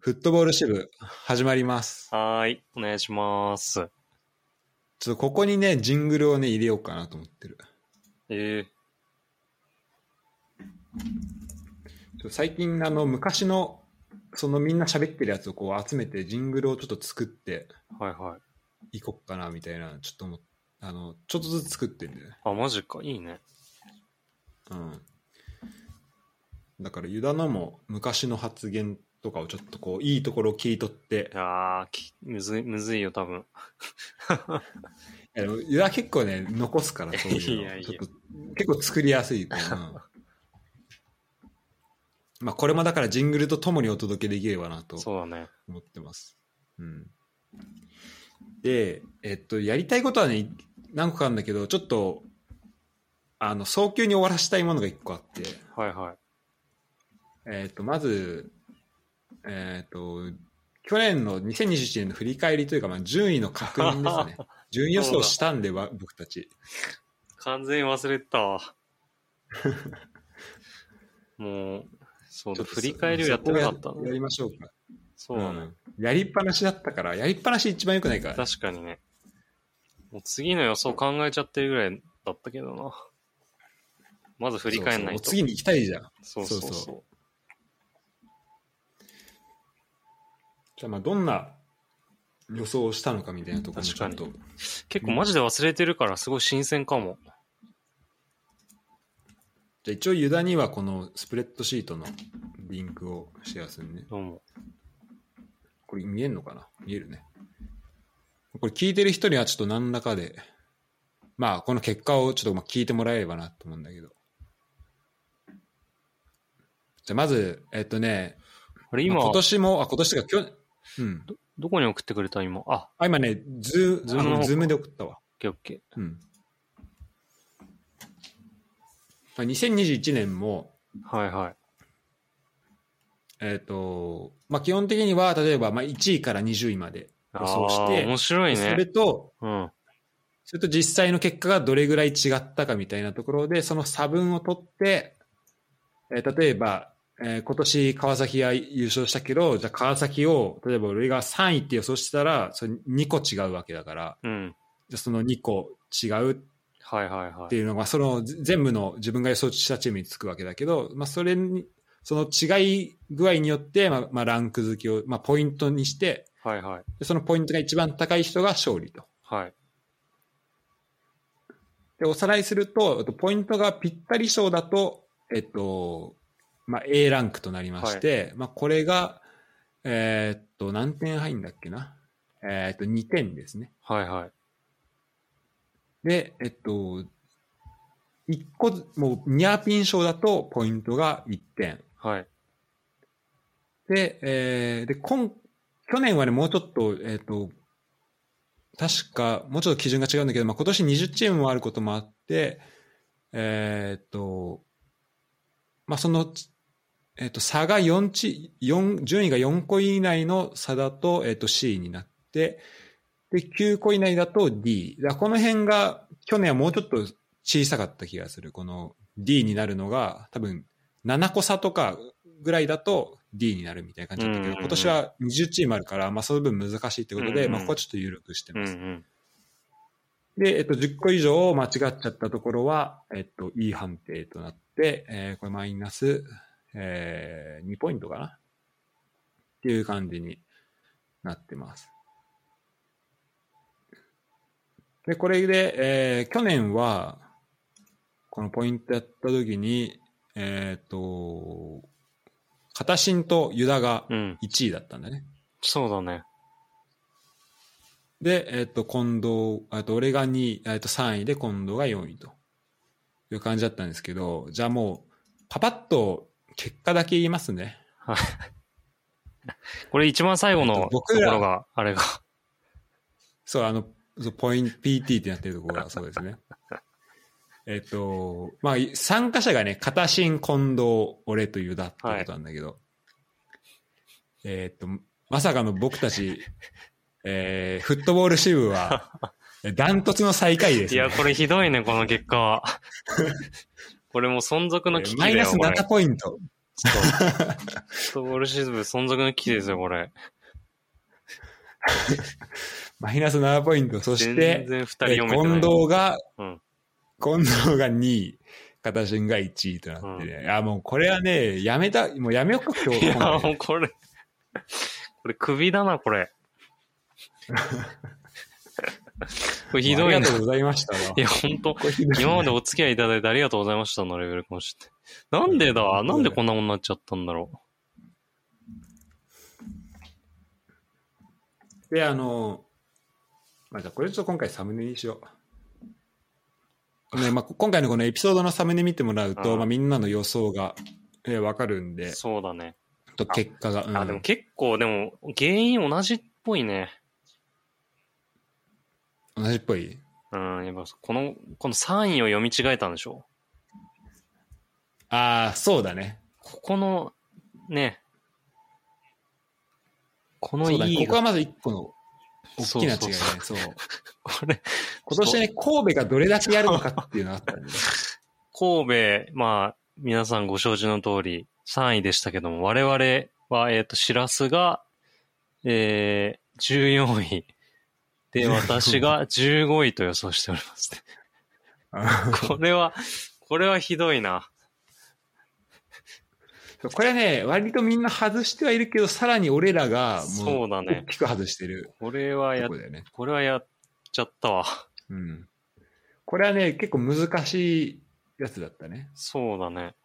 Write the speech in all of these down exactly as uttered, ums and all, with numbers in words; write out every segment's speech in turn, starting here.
フットボール支部始まります。 はーい、お願いします。 ちょっとここにね、ジングルをね、入れようかなと思ってる。 えー、ちょ最近あの昔のそのみんな喋ってるやつをこう集めてジングルをちょっと作ってはいはいいこっかなみたいな、ちょっと思っあのちょっとずつ作ってんだよね。 あ、マジか、いいね。 うん。だからユダのも昔の発言とかをちょっとこういいところを切り取って。 いやー、むずい、むずいよ多分。 いやでもユダ結構ね残すからそういうの。 いやいやちょっと結構作りやすいから。まあこれもだからジングルとともにお届けできればなと思ってます。う, ね、うん。で、えっとやりたいことはね何個かあるんだけど、ちょっとあの早急に終わらせたいものがいっこあって。 はいはい。 えっとまずえっと去年のにせんにじゅういちねんの振り返りというか、まあ順位の確認ですね。順位予想したんでは僕たち。 完全に忘れてたわ。もうそうだ、振り返りをやってなかったの。 やりましょうか。 そうだね、 うん。やりっぱなしだったから、やりっぱなし一番良くないから、 ね。確かにね。もう次の予想考えちゃってるぐらいだったけどな。まず振り返んないと。 そうそう次に行きたいじゃん。 そうそうそう。そうそうじゃあまあどんな予想をしたのかみたいなところもちょっと。 結構マジで忘れてるからすごい新鮮かも。 じゃあ一応ユダにはこのスプレッドシートのリンクをシェアするね。 どうも。 これ見えるのかな？見えるね。これ聞いてる人にはちょっと何らかで、まあこの結果をちょっとまあ聞いてもらえればなと思うんだけど。じゃあまず、えっとね、 あれ今、 まあ、今年も、あ、今年とか去年、うん。 ど、どこに送ってくれた今。あ、 あ今ね、ズー、ズームのズームで送ったわ。 オッケーオッケー。 うん。にせんにじゅういちねんも、 はいはい。 えっと、まあ基本的には、例えば、まあいちいからにじゅういまで予想して、 面白いね。 それと、 うん。 それと実際の結果がどれぐらい違ったかみたいなところで、その差分を取って、えー、例えば、えー、今年川崎が優勝したけど、じゃあ川崎を、例えば俺がさんいって予想したら、それにこ違うわけだから、 うん、 じゃあそのにこ違うっていうのが、その全部の自分が予想したチームにつくわけだけど、まあそれに、その違い具合によって、まあ、まあランク付けを、まあポイントにして、 はいはい。 でそのポイントが一番高い人が勝利と。 はい。 で、おさらいすると、ポイントがぴったり賞だと、えっと、まあ、A ランクとなりまして、はい、まあ、これが、えー、っと、何点入るんだっけな。えー、っと、にてんですね。 はいはい。 で、えっと、いっこ、もう、ニアピン賞だと、ポイントがいってん。 はい。 で、えー、で、今、去年はね、もうちょっと、えー、っと、確か、もうちょっと基準が違うんだけど、まあ、今年にじゅうチームもあることもあって、えー、っと、まあ、その、えっと、差がよんチ、よん、順位がよんこ以内の差だと、えっと、C になって、で、きゅうこ以内だと D。だこの辺が、去年はもうちょっと小さかった気がする。この D になるのが、多分、ななこ差とかぐらいだと D になるみたいな感じだったけど、今年はにじゅうチームあるから、まあ、その分難しいってことで、まあ、ここはちょっと緩くしてます。 うんうん、 で、えっと、じゅっこ以上間違っちゃったところは、えっと、いい判定となって、えー、これマイナス、えー、にポイントかなっていう感じになってます。で、これで、えー、去年は、このポイントやった時に、えっと、片新とユダがいちいだったんだね。 うん、そうだね。 で、えっと、近藤、あと俺がにい、えっとさんいで近藤がよんいという感じだったんですけど、じゃあもう、パパッと結果だけ言いますね。 はい。これ一番最後のところが、あれが。 そう、あの、ポイント、ピーティー ってなってるところがそうですね。えっと、まあ、参加者がね、片新、近藤、俺とユダってことなんだけど、はい、えっと、まさかの僕たち、えー、フットボール支部は、ダントツの最下位ですね。 いや、これひどいね、この結果は。これもう存続の危機だよ。 マイナスななポイント。 ちょっと、ちょっとウォルシズム存続の危機ですよ、これ。 マイナスななポイント。そして、 全然ふたり読めてない。 近藤が、 うん、 近藤がにい、片新がいちいとなってね。うん、いや、もうこれはね、やめた、もうやめようか、今日。 いや、もうこれ、これ首だな、これ。これひどいな。 ありがとうございましたわ。 いや、ほんと、今までお付き合いいただいてありがとうございましたのレベルかもしれない。なんでだ、うん、なんでこんなもんになっちゃったんだろう。で、あの、まあ、じゃあこれちょっと今回サムネにしよう。ね、まあ、今回のこのエピソードのサムネ見てもらうと、うん、まあ、みんなの予想が、えー、わかるんで。 そうだね。 と結果が。 あ、うん、あ、でも結構、でも、原因同じっぽいね。 同じっぽい。 うん、やっぱこの、このさんいを読み違えたんでしょ。 ああ、そうだね。 ここの、ね。このいい、 ね、ここはまず一個の大きな違いね。そう。これ、今年ね、神戸がどれだけやるのかっていうのがあったんで。 神戸、まあ、皆さんご承知の通り、さんいでしたけども、我々は、えっと、しらすが、えー、じゅうよんい。で、私がじゅうごいと予想しておりますね。これは、これはひどいな。 これね、割とみんな外してはいるけど、さらに俺らがもう大きく外してる、 ね。これはや、ね、これはやっちゃったわ。 うん。これはね、結構難しいやつだったね。 そうだね。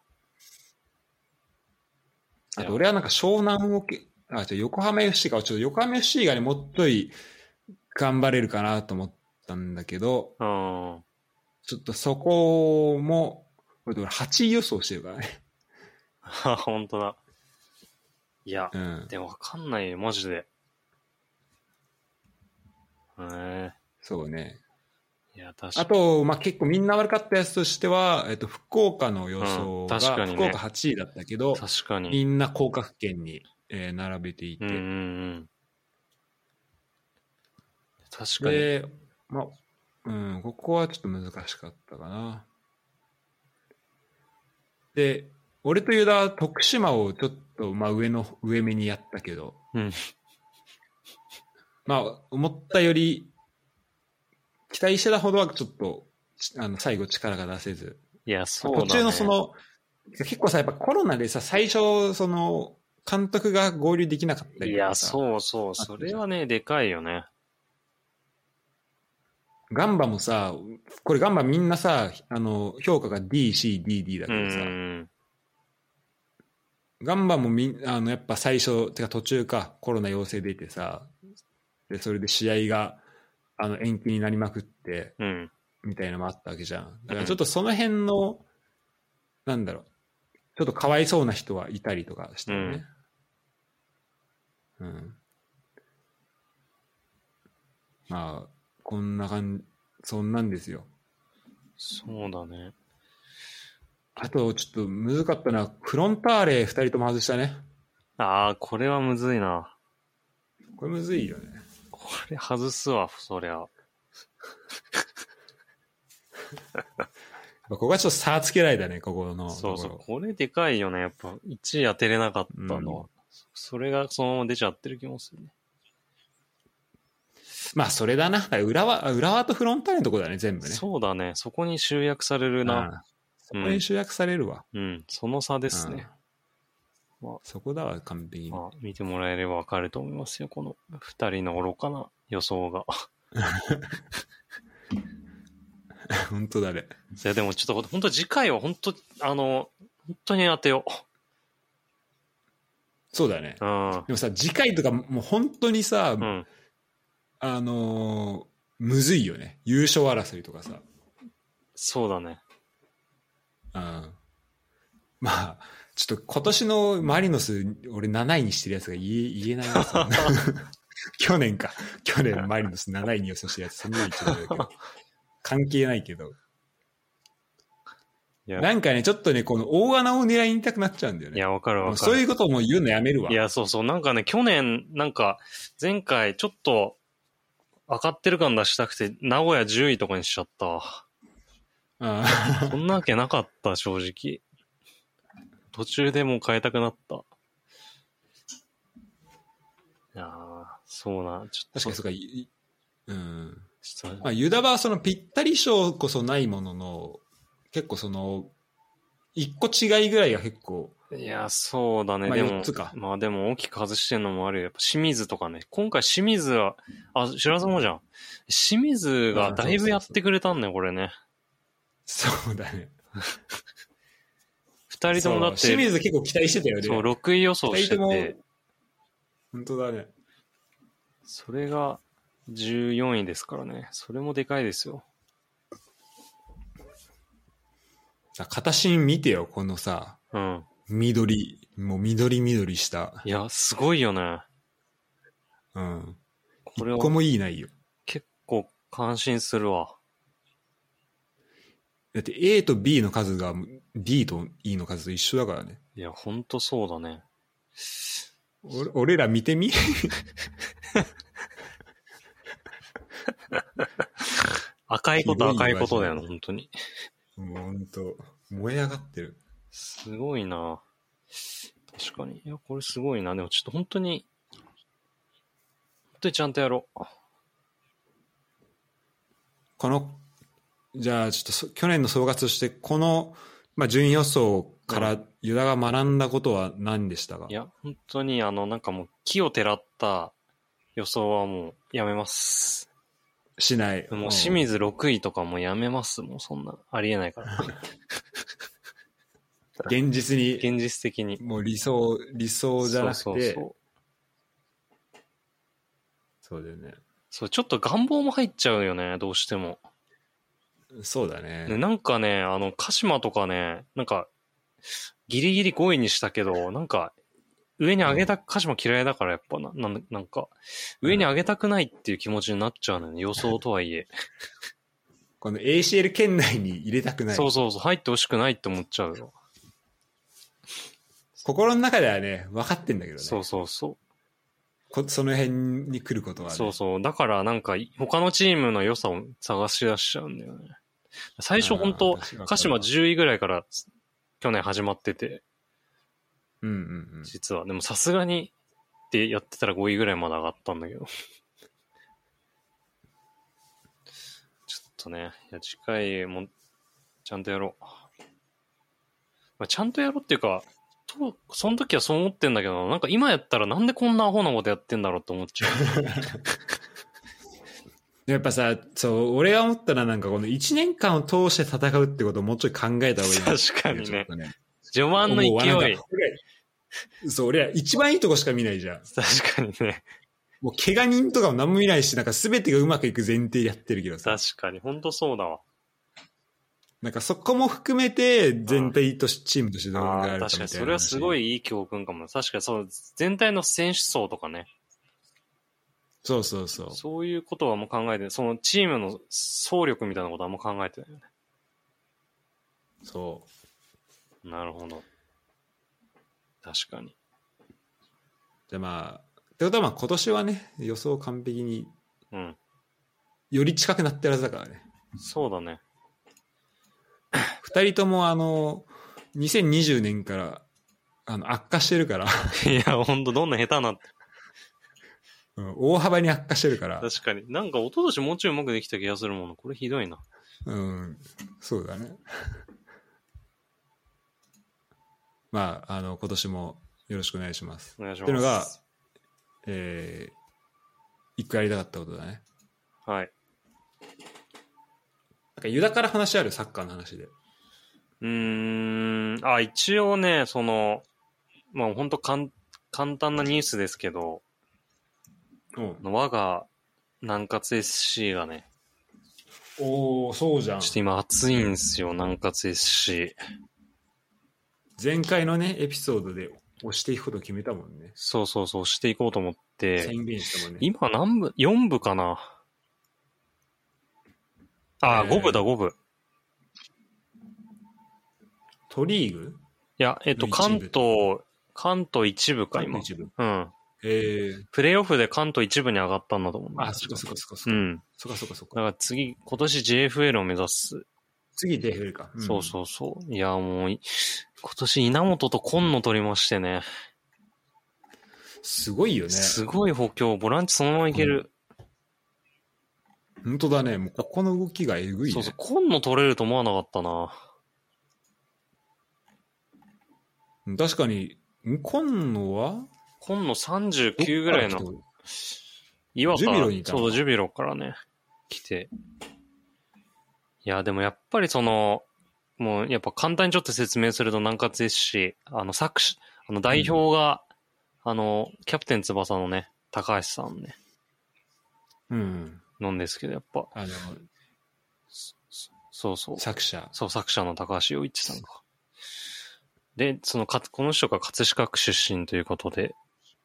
あと俺はなんか湘南をけ、あ、じゃ横浜 エフシー か、ちょっと横浜 エフシー がね、もっとい頑張れるかなと思ったんだけど、 うん、 ちょっとそこも、俺はちい予想してるからね。 あ、本当だ。いや、 うん、 でもわかんないよ、マジで。へえ。 そうね。 いや、確かに。 あと、まあ、結構みんな悪かったやつとしては、えっと、福岡の予想が、うん、確かにね、福岡はちいだったけど、 確かにみんな降格圏に、えー、並べていて。 うんうんうん。確かに。 で、まあ、うん、ここはちょっと難しかったかな。で、俺とユダは徳島をちょっと、まあ、上の、上目にやったけど、 うん、 まあ、思ったより、期待してたほどはちょっと、あの、最後力が出せず。 いや、そうだね。 途中のその、結構さ、やっぱコロナでさ、最初、その、監督が合流できなかったりとかさ。 いや、そうそう、それはね、でかいよね。 ガンバもさ、これガンバみんなさ、あの、評価が D、C、D、D だけどさ、 うんガンバもみあの、やっぱ最初、てか途中か、コロナ陽性出てさ、で、それで試合が、あの、延期になりまくって、 うん、 みたいなのもあったわけじゃん。だからちょっとその辺の、うん、なんだろう、ちょっとかわいそうな人はいたりとかしてね。うん。うん、まあ、こんな感じ、そんなんですよ。 そうだね。 あと、ちょっとむずかったのは、フロンターレ二人とも外したね。 ああ、これはむずいな。 これむずいよね。 これ外すわ、そりゃ。 ここはちょっと差つけられたね、ここの。 そうそう、これでかいよね。やっぱ、いちい当てれなかったのは、うん。それがそのまま出ちゃってる気もするね。 まあ、それだな。浦和、浦和とフロンターレのとこだね、全部ね。 そうだね。そこに集約されるな。 そこに集約されるわ。 うん、うん、その差ですね。 まあ、そこだわ、完璧に。 まあ、見てもらえればわかると思いますよ、この二人の愚かな予想が。 本当だね。 いや、でもちょっと、本当次回は本当、あの、本当に当てよう。 そうだね。 うん。 でもさ、次回とかもう本当にさ、 うん、 あのー、むずいよね。優勝争いとかさ。 そうだね。 うん。まあ、ちょっと今年のマリノス、俺なないにしてるやつが言え、言えないやつ。去年か。去年マリノスなないに予想してるやつ、そんなに一番だけど。関係ないけど。なんかね、ちょっとね、この大穴を狙いにたくなっちゃうんだよね。 いや、わかるわかる。 そういうことをもう言うのやめるわ。 いや、そうそう。なんかね、去年、なんか、前回、ちょっと、上がってる感出したくて、名古屋じゅういとかにしちゃったわ。 あそんなわけなかった、正直。 途中でもう変えたくなった。いやー、そうな、ちょっと。 確かにそうか、いうん。 ちょっとまあ、ユダバはそのぴったり賞こそないものの、結構その、一個違いぐらいが結構、 いや、そうだね。 まあでも、 よっつかまあでも大きく外してんのもあるよ。やっぱ清水とかね。今回清水は、あ、白洲もじゃん。清水がだいぶやってくれたんだよ、これね。 そうだね。 二人ともだって、 清水結構期待してたよね。 そう、ろくい予想して二人て。 とも本当だね。 それがじゅうよんいですからね。それもでかいですよ。 片新見てよ、このさ、 うん。 緑、もう緑緑した。 いや、すごいよね。 うん。 これは一個もいいないよ。 結構感心するわ。 だって A と B の数が D と E の数と一緒だからね。 いや、ほんとそうだね。 俺俺ら見てみ赤いこと赤いことだよね、本当に。 もう本当燃え上がってる。 すごいな。確かに。いや、これすごいな。でもちょっと本当に、本当にちゃんとやろう。 この、じゃあちょっと去年の総括として、この、まあ、順位予想からユダが学んだことは何でしたか？ いや、本当にあの、なんかもう木をてらった予想はもうやめます。 しない。 もう清水ろくいとかもやめます。もうそんな、ありえないから。 現実に。 現実的に。 もう理想、理想じゃなくて。そうそうそう。そうだよね。 そう、ちょっと願望も入っちゃうよね、どうしても。 そうだね。 ね、なんかね、あの、鹿島とかね、なんか、ギリギリごいにしたけど、なんか、上に上げた、うん、鹿島嫌いだからやっぱな、ななんか、上に上げたくないっていう気持ちになっちゃうのよね、予想とはいえ。 この エーシーエル 圏内に入れたくない。 そうそうそう、入ってほしくないって思っちゃうよ。 心の中ではね、分かってんだけどね。 そうそうそう。 こその辺に来ることはね。 そうそう。だからなんか、他のチームの良さを探し出しちゃうんだよね。最初本当鹿島じゅういぐらいから去年始まってて。 うんうんうん。 実は。でもさすがにってやってたらごいぐらいまで上がったんだけど。ちょっとね、いや次回もちゃんとやろう。まあ、ちゃんとやろうっていうか、とその時はそう思ってんだけど、なんか今やったらなんでこんなアホなことやってんだろうって思っちゃう。 やっぱさ、そう、俺が思ったらなんかこのいちねんかんを通して戦うってことをもうちょい考えた方がいいな。 確かにね。序盤の勢い。 そう、俺ら一番いいとこしか見ないじゃん。 確かにね。 もう怪我人とかも何も見ないし、なんか全てがうまくいく前提でやってるけどさ。 確かに、ほんとそうだわ。 なんかそこも含めて全体とし、チームとしてどうがあるかみたいな。 確かに、それはすごいいい教訓かも。確かにそう、全体の選手層とかね。 そうそうそう。 そういうことはもう考えて、そのチームの総力みたいなことはもう考えてないよね。 そう。 なるほど。確かに。 じゃあまあ、ってことはまあ今年はね、予想完璧に、 うん。 より近くなってるはずだからね。 そうだね。 二人ともあの、にせんにじゅうねんからあの悪化してるから。 いや、ほんとどんな下手なって。 うん、大幅に悪化してるから。 確かに。なんか一昨年もうちょいうまくできた気がするもの。これひどいな。 うん、そうだね。まあ、あの、今年もよろしくお願いします。 お願いします。 っていうのが、えー、一個やりたかったことだね。 はい。 なんかユダから話あるサッカーの話で。 うーん、あ、一応ね、その、まあ本当かん簡単なニュースですけど、 うん、 我が南葛 エスシー がね、 おー、そうじゃん。 ちょっと今熱いんすよ、南葛 エスシー。 前回のね、エピソードで押していくことを決めたもんね。 そうそうそう、していこうと思って。 宣言したもんね。 今何部 ?よん 部かな。あ、えー、ご部だ、ご部。 都リーグ？ いや、えっと、関東、関東一部か、今。 関東一部。 うん。 えー、 プレイオフで関東一部に上がったんだと思う。 あ、そっかそっかそっかそっか。うん。 そっかそっかそっか。 だから次、今年 ジェイエフエル を目指す。 次 ジェイエフエル か。 うん、そうそうそう。いや、もう、 今年稲本と今野取りましてね。 すごいよね。 すごい補強。ボランチそのままいける。 うん、本当だね。もうここの動きがえぐいね。 そうそう、今野取れると思わなかったな。 確かに、今野は今野さんじゅうきゅうぐらいの。岩から、 ジュビロにいたのか。 そう、ジュビロからね、来て。いや、でもやっぱりその、もうやっぱ簡単にちょっと説明すると南葛ですし、あの作詞、あの代表が、うん、あの、キャプテン翼のね、高橋さんね。 うん。 なんですけど、やっぱ。 あの、 そうそう。 作者。 そう、作者の高橋陽一さんか。で、そのか、この人が葛飾区出身ということで。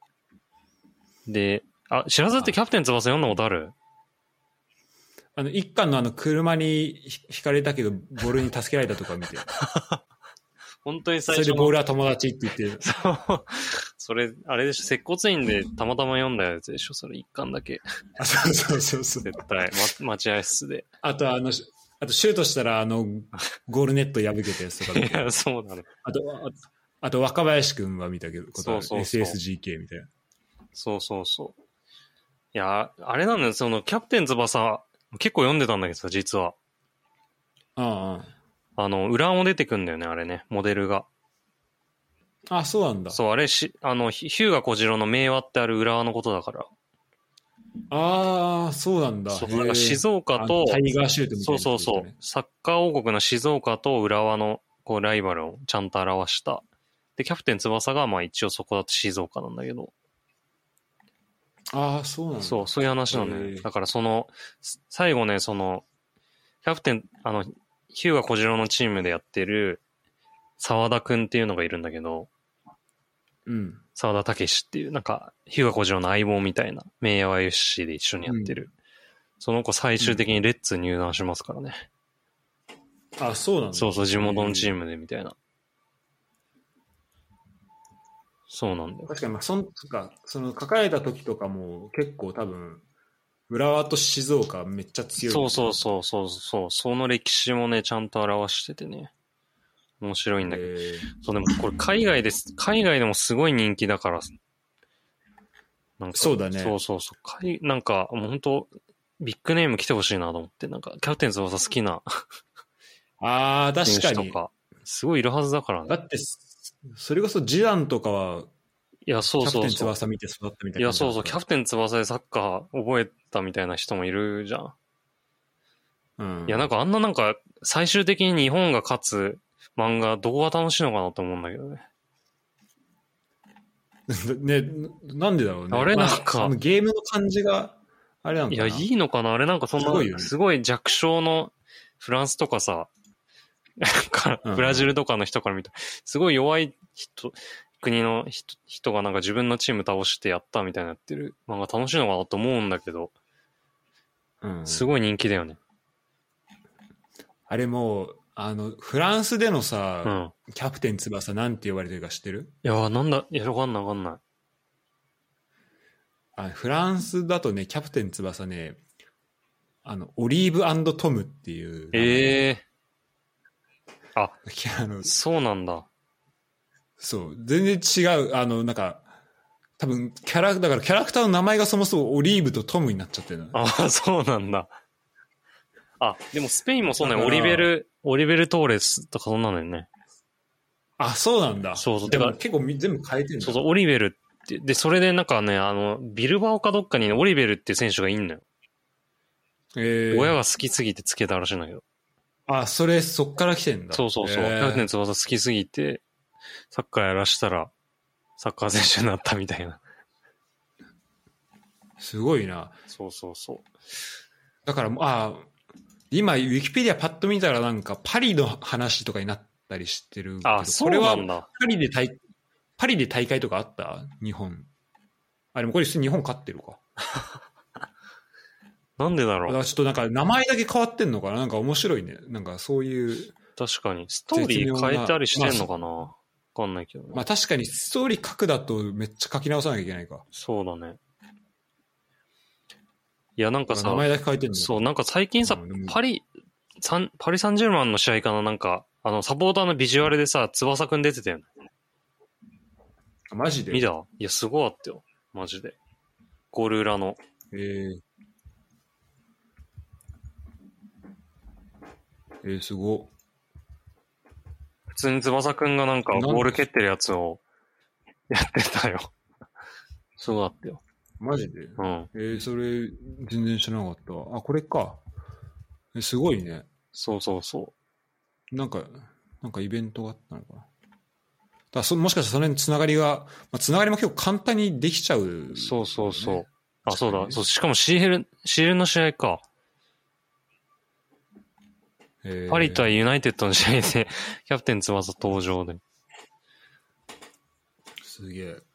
で、あ、白洲ってキャプテン翼読んだことある？ あの、一巻のあの、車にひかれたけど、ボールに助けられたとか見て。 本当に最初の。 それでボールは友達って言ってる。 そう。それ、あれでしょ、接骨院でたまたま読んだやつでしょ、それ一巻だけ。 あ、そうそうそうそう。 絶対、ま、待合室で。 あと、あの、あとシュートしたら、あの、ゴールネット破けたやつとか。 いや、そうなの。 あと、あと、あと若林くんは見たけど、ことそうそうそうエスエスジーケー みたいな。 そうそうそう。いや、あれなんだよ、その、キャプテン翼、結構読んでたんだけどさ、実は。 ああ。あの、裏も出てくんだよね、あれね、モデルが。 あ、そうなんだ。 そう、あれし、あの、日向小次郎の名話ってある浦和のことだから。 ああ、そうなんだ。 そう、なんか静岡と、 タイガーシュートみたいな、ね。 そうそうそう。サッカー王国の静岡と浦和のこうライバルをちゃんと表した。で、キャプテン翼がまあ一応そこだと静岡なんだけど。 ああ、そうなんだ。 そう、そういう話なんだよね。だからその、最後ね、その、キャプテン、あの、日向小次郎のチームでやってる沢田くんっていうのがいるんだけど、 うん。 沢田武史っていう、なんか、日向小次郎の相棒みたいな、明和 エフシー で一緒にやってる。うん、その子最終的にレッツ入団しますからね。 うん、あ、そうなんだ。 そうそう、地元のチームでみたいな。そうなんだよ。 確かに、まあ、そんか、その、抱えた時とかも結構多分、浦和と静岡めっちゃ強い。 そうそうそうそうそう、その歴史もね、ちゃんと表しててね。面白いんだけど。そう、でもこれ海外です。海外でもすごい人気だから。なんかそうだね。 そうそうそう。なんか、もう本当ビッグネーム来てほしいなと思って。なんか、キャプテン翼好きな。 ああ、確かに。 とか。すごいいるはずだからね。 だって、それこそジダンとかは、 いや、そうそうそう。 キャプテン翼見て育ったみたいな。 いや、そうそう。キャプテン翼でサッカー覚えたみたいな人もいるじゃん。うん。いや、なんかあんななんか、最終的に日本が勝つ漫画、どこが楽しいのかなと思うんだけどね。 ね、なんでだろうね。 あれなんか、 まあ、あのゲームの感じが、あれなんかな。 いや、いいのかなあれなんかそんな、すごいよね、すごい弱小のフランスとかさ、ブラジルとかの人から見たら、すごい弱い人、国の 人, 人がなんか自分のチーム倒してやったみたいになってる漫画楽しいのかなと思うんだけど、うん、すごい人気だよね。 あれもう、あの、フランスでのさ、 うん、 キャプテン翼なんて呼ばれてるか知ってる？ いや、なんだ、いや、わかんないわかんない。 あ、フランスだとね、キャプテン翼ね、あの、オリーブ&トムっていう。 ええー。あ、 あの、 そうなんだ。 そう、全然違う、あの、なんか、多分、キャラ、だからキャラクターの名前がそもそもオリーブとトムになっちゃってるの。 ああ、そうなんだ。あ、でもスペインもそうね、オリベル、オリベル・トーレスとかそんなのよね。 あ、そうなんだ。 そうそう。 でも結構全部変えてるんだ。 そうそう、オリベルって、で、それでなんかね、あの、ビルバオかどっかに、ね、オリベルっていう選手がいんのよ。えー、親が好きすぎてつけたらしいんだけど。 あ、それ、そっから来てんだ。 そうそうそう。キャプテン翼好きすぎて、サッカーやらしたら、サッカー選手になったみたいな。 すごいな。 そうそうそう。 だから、あ、今、ウィキペディアパッと見たらなんか、パリの話とかになったりしてるけど。 あ、そうなんだ。 パリで大、パリで大会とかあった日本。あ、でもこれ日本勝ってるか。 なんでだろう。だからちょっとなんか名前だけ変わってんのかな、なんか面白いね。なんかそういう。 確かに。ストーリー変えたりしてんのかな、まあ、わかんないけど、ね。 まあ確かにストーリー書くだとめっちゃ書き直さなきゃいけないか。 そうだね。いや、なんかさ、 名前だけ変えてんの。 そう、なんか最近さ、うん、パリ、サン、パリサンジェルマンの試合かな、なんか、 あの、サポーターのビジュアルでさ、翼くん出てたよね。 マジで見た？いや、すごかったよ。マジで。ゴール裏の。 えー、えー、すご。 普通に翼くんがなんかボール蹴ってるやつをやってたよ。すごかったよ。 マジでうん。 えー、それ、全然知らなかったわ。あ、これか。えすごいね。 そうそうそなんか、なんかイベントがあったのかな。だそもしかしたらその辺のつながりが、まあ、つながりも結構簡単にできちゃう、ね。 そうそうそう。あ、そうだ。 確かにねそう、しかも シーエル、シーエル の試合か。 えーパリ対ユナイテッドの試合で、キャプテン翼登場で。 すげえ。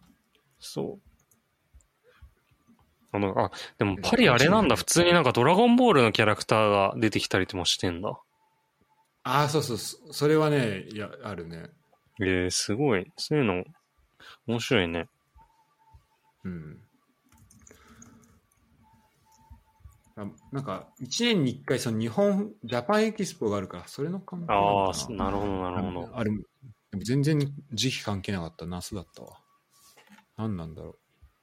そう。あの、あ、でもパリあれなんだ。普通になんかドラゴンボールのキャラクターが出てきたりともしてんだ。 ああ、そうそう、そそれはね、いや、あるね。 えー、すごい。そういうの、面白いね。 うん。あなんか、いちねんにいっかい、その日本、ジャパンエキスポがあるから、それの関係なのああ、 かな。 なるほど、なるほど。 あれ、でも全然時期関係なかった。夏だったわ。何なんだろう。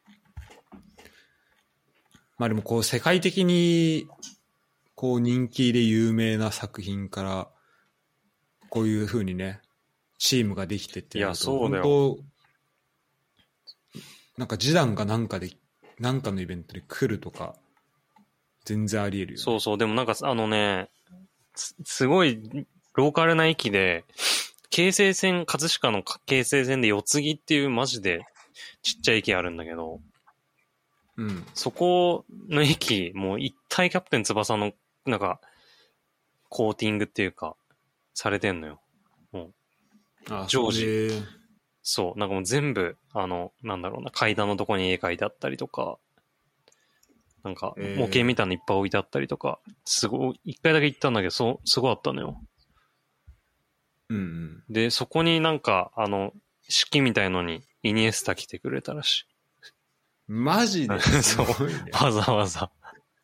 まあでもこう、世界的に、こう、人気で有名な作品から、こういう風にね、チームができてってなると、 いやそうだよ本当なんか示談がなんかで、なんかのイベントで来るとか、全然あり得るよね。 そうそう。でもなんか、あのね、すすごい、ローカルな駅で、京成線、葛飾の京成線で四つ木っていうマジでちっちゃい駅あるんだけど、 うん。 そこの駅、もう一体キャプテン翼の、なんか、コーティングっていうか、されてんのよ。もう、 あ、 常時それでそう、なんかもう全部、あの、なんだろうな、階段のとこに絵描いてあったりとか、なんか、 えー模型みたいなのいっぱい置いてあったりとか、すごい、一回だけ行ったんだけど、そう、すごかったのよ。 うんうん。 で、そこになんか、あの、式みたいのにイニエスタ来てくれたらしい。 マジでそうすごいね。 わざわざ。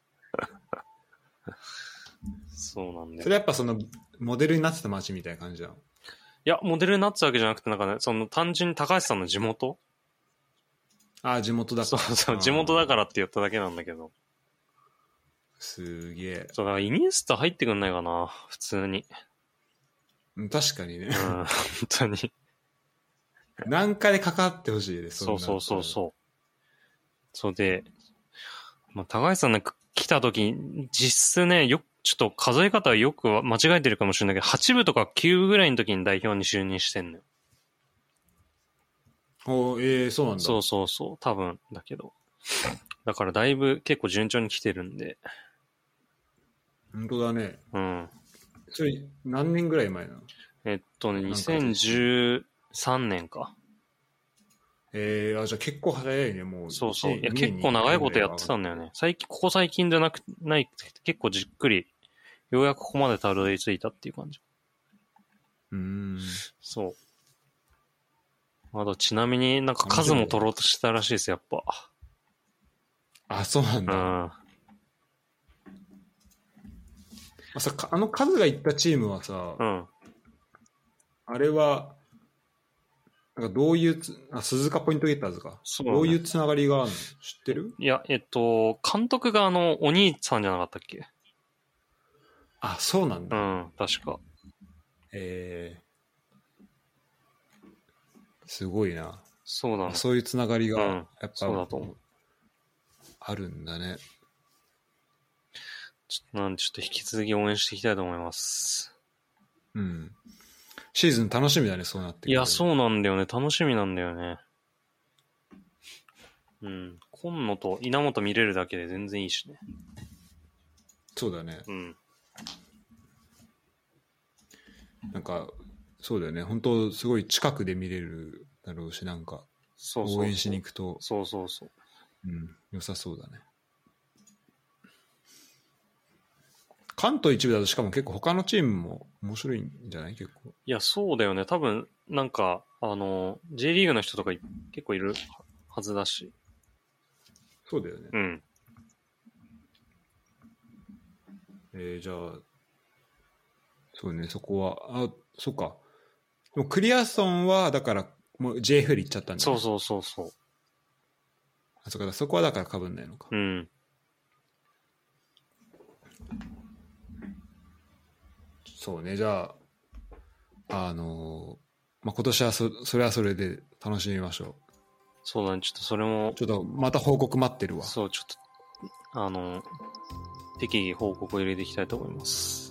そうなんだよ。 それやっぱその、モデルになってた街みたいな感じだ。 いや、モデルになってたわけじゃなくて、なんかね、その単純に高橋さんの地元あ、地元だから。 そうそう、地元だからって言っただけなんだけど。 すげえ。 そう、だからイニエスタ入ってくんないかな、普通に。 うん確かにねうん、。本当に。 なんかでかかってほしいです。 そうそうそうう。 そう。そうで、まあ、高橋さんね、来た時、実質ね、よ、ちょっと数え方はよく間違えてるかもしれないけど、はち部とかきゅう部ぐらいの時に代表に就任してんのよ。 おえー、そうなんだ。 そうそうそう、多分だけど。だからだいぶ結構順調に来てるんで。 本当だね。 うん。 それ、何年ぐらい前なの？ えっとね、 なんかにせんじゅうさんねんか。 えー、あ、じゃあ結構早いね、もう。 そうそう。いや、 いち結構長いことやってたんだよね。最近、ここ最近じゃなく、ない、結構じっくり、ようやくここまでたどり着いたっていう感じ。 うーん。 そう。あと、ちなみになんか数も取ろうとしたらしいです、やっぱ。 あ、そうなんだ。 うん。 まあ、さあの数がいったチームはさ、 うん。 あれは、なんかどういうつ、あ、鈴鹿ポイントゲッターズか。 そうだねどういうつながりがあるの知ってる？ いや、えっと、監督があの、お兄さんじゃなかったっけ？ あ、そうなんだ。 うん、確か。 えー、すごいな。 そうだね。 あそういうつながりが、 うんやっぱ、 そうだと思う。 あるんだね。 ちょっとなんで、ちょっと引き続き応援していきたいと思います。 うん。シーズン楽しみだね、そうなってくると。 いや、そうなんだよね。楽しみなんだよね。うん。今野と稲本見れるだけで全然いいしね。 そうだね。 うん。 なんか、そうだよね。本当すごい近くで見れるだろうし、なんか、 そうそうそう。 応援しに行くと、 そうそうそう。 うん、良さそうだね。関東一部だとしかも結構他のチームも面白いんじゃない結構。 いや、そうだよね。多分、なんか、あの、J リーグの人とかい結構いるはずだし。 そうだよね。 うん。 えー、じゃあ、 そうね、そこは。あ、そっか。でもクリアソンは、だから、もう ジェイエフエル 行っちゃったんだ、ね。 そうそうそうそう。 あ、そっか、そこはだから被んないのか。 うん。 そうね、じゃあ、あのー、まあ、今年はそ、それはそれで楽しみましょう。 そうだね、ちょっとそれも。 ちょっと、また報告待ってるわ。 そう、ちょっと、あの、適宜報告を入れていきたいと思います。